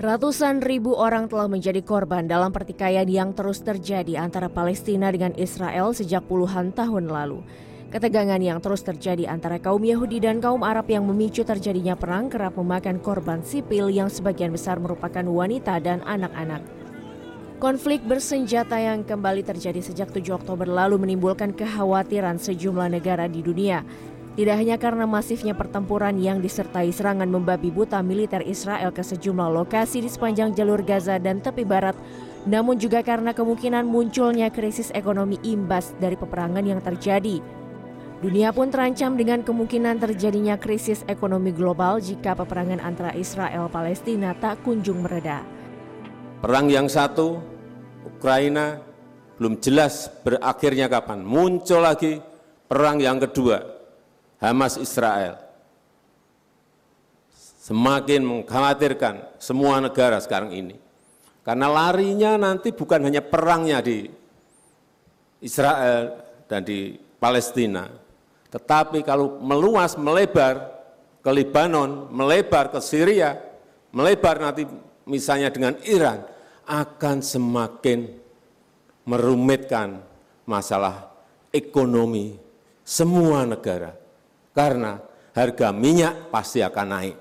Ratusan ribu orang telah menjadi korban dalam pertikaian yang terus terjadi antara Palestina dengan Israel sejak puluhan tahun lalu. Ketegangan yang terus terjadi antara kaum Yahudi dan kaum Arab yang memicu terjadinya perang kerap memakan korban sipil yang sebagian besar merupakan wanita dan anak-anak. Konflik bersenjata yang kembali terjadi sejak 7 Oktober lalu menimbulkan kekhawatiran sejumlah negara di dunia. Tidak hanya karena masifnya pertempuran yang disertai serangan membabi buta militer Israel ke sejumlah lokasi di sepanjang jalur Gaza dan tepi barat, namun juga karena kemungkinan munculnya krisis ekonomi imbas dari peperangan yang terjadi. Dunia pun terancam dengan kemungkinan terjadinya krisis ekonomi global jika peperangan antara Israel-Palestina tak kunjung mereda. Perang yang satu, Ukraina, belum jelas berakhirnya kapan. Muncul lagi perang yang kedua, Hamas Israel. Semakin mengkhawatirkan semua negara sekarang ini. Karena larinya nanti bukan hanya perangnya di Israel dan di Palestina, tetapi kalau meluas, melebar ke Lebanon, melebar ke Syria, melebar nanti misalnya dengan Iran, akan semakin merumitkan masalah ekonomi semua negara. Karena harga minyak pasti akan naik.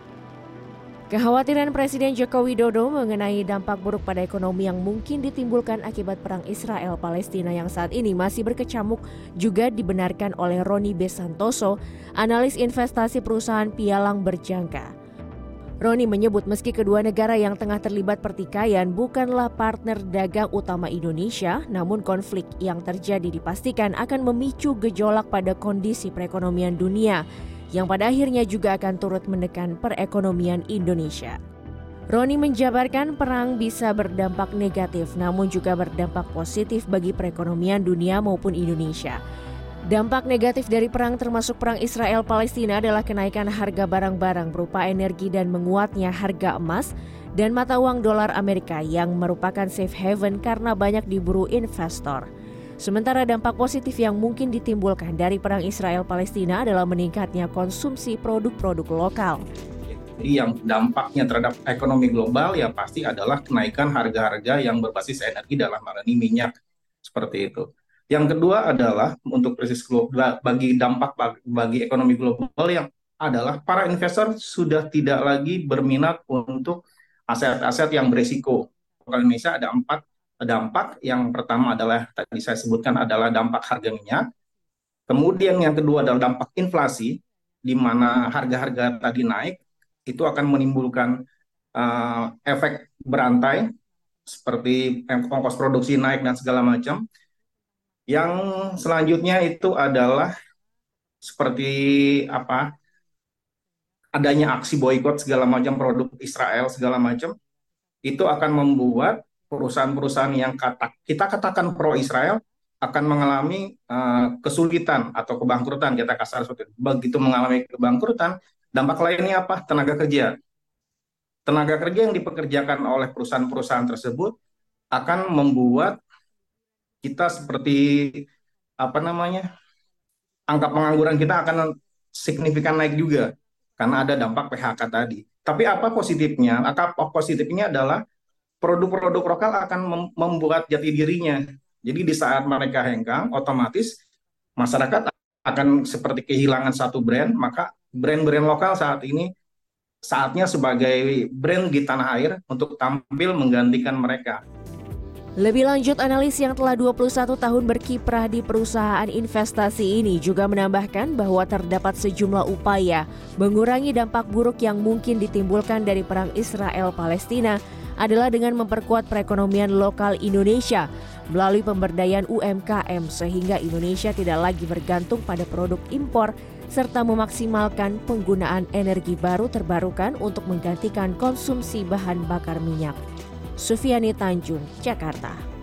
Kekhawatiran Presiden Joko Widodo mengenai dampak buruk pada ekonomi yang mungkin ditimbulkan akibat perang Israel-Palestina yang saat ini masih berkecamuk juga dibenarkan oleh Roni B. Santoso, analis investasi perusahaan pialang berjangka. Roni menyebut meski kedua negara yang tengah terlibat pertikaian bukanlah partner dagang utama Indonesia, namun konflik yang terjadi dipastikan akan memicu gejolak pada kondisi perekonomian dunia, yang pada akhirnya juga akan turut menekan perekonomian Indonesia. Roni menjabarkan perang bisa berdampak negatif, namun juga berdampak positif bagi perekonomian dunia maupun Indonesia. Dampak negatif dari perang termasuk perang Israel-Palestina adalah kenaikan harga barang-barang berupa energi dan menguatnya harga emas dan mata uang dolar Amerika yang merupakan safe haven karena banyak diburu investor. Sementara dampak positif yang mungkin ditimbulkan dari perang Israel-Palestina adalah meningkatnya konsumsi produk-produk lokal. Yang dampaknya terhadap ekonomi global ya pasti adalah kenaikan harga-harga yang berbasis energi dalam hal ini minyak, seperti itu. Yang kedua adalah untuk krisis global bagi dampak bagi ekonomi global yang adalah para investor sudah tidak lagi berminat untuk aset-aset yang berisiko. Kalau Indonesia ada 4 dampak. Yang pertama adalah tadi saya sebutkan adalah dampak harga minyak. Kemudian yang kedua adalah dampak inflasi, di mana harga-harga tadi naik, itu akan menimbulkan efek berantai seperti ongkos produksi naik dan segala macam. Yang selanjutnya itu adalah seperti adanya aksi boikot segala macam produk Israel segala macam, itu akan membuat perusahaan-perusahaan yang kita katakan pro Israel akan mengalami kesulitan atau kebangkrutan, kita kasar seperti itu. Begitu mengalami kebangkrutan, dampak lainnya apa? Tenaga kerja yang dipekerjakan oleh perusahaan-perusahaan tersebut akan membuat kita seperti angka pengangguran kita akan signifikan naik juga karena ada dampak PHK tadi. Tapi apa positifnya? Positifnya adalah produk-produk lokal akan membuat jati dirinya. Jadi di saat mereka hengkang, otomatis masyarakat akan seperti kehilangan satu brand, maka brand-brand lokal saat ini saatnya sebagai brand di tanah air untuk tampil menggantikan mereka. Lebih lanjut, analis yang telah 21 tahun berkiprah di perusahaan investasi ini juga menambahkan bahwa terdapat sejumlah upaya mengurangi dampak buruk yang mungkin ditimbulkan dari perang Israel-Palestina adalah dengan memperkuat perekonomian lokal Indonesia melalui pemberdayaan UMKM sehingga Indonesia tidak lagi bergantung pada produk impor serta memaksimalkan penggunaan energi baru terbarukan untuk menggantikan konsumsi bahan bakar minyak. Sufiani Tanjung, Jakarta.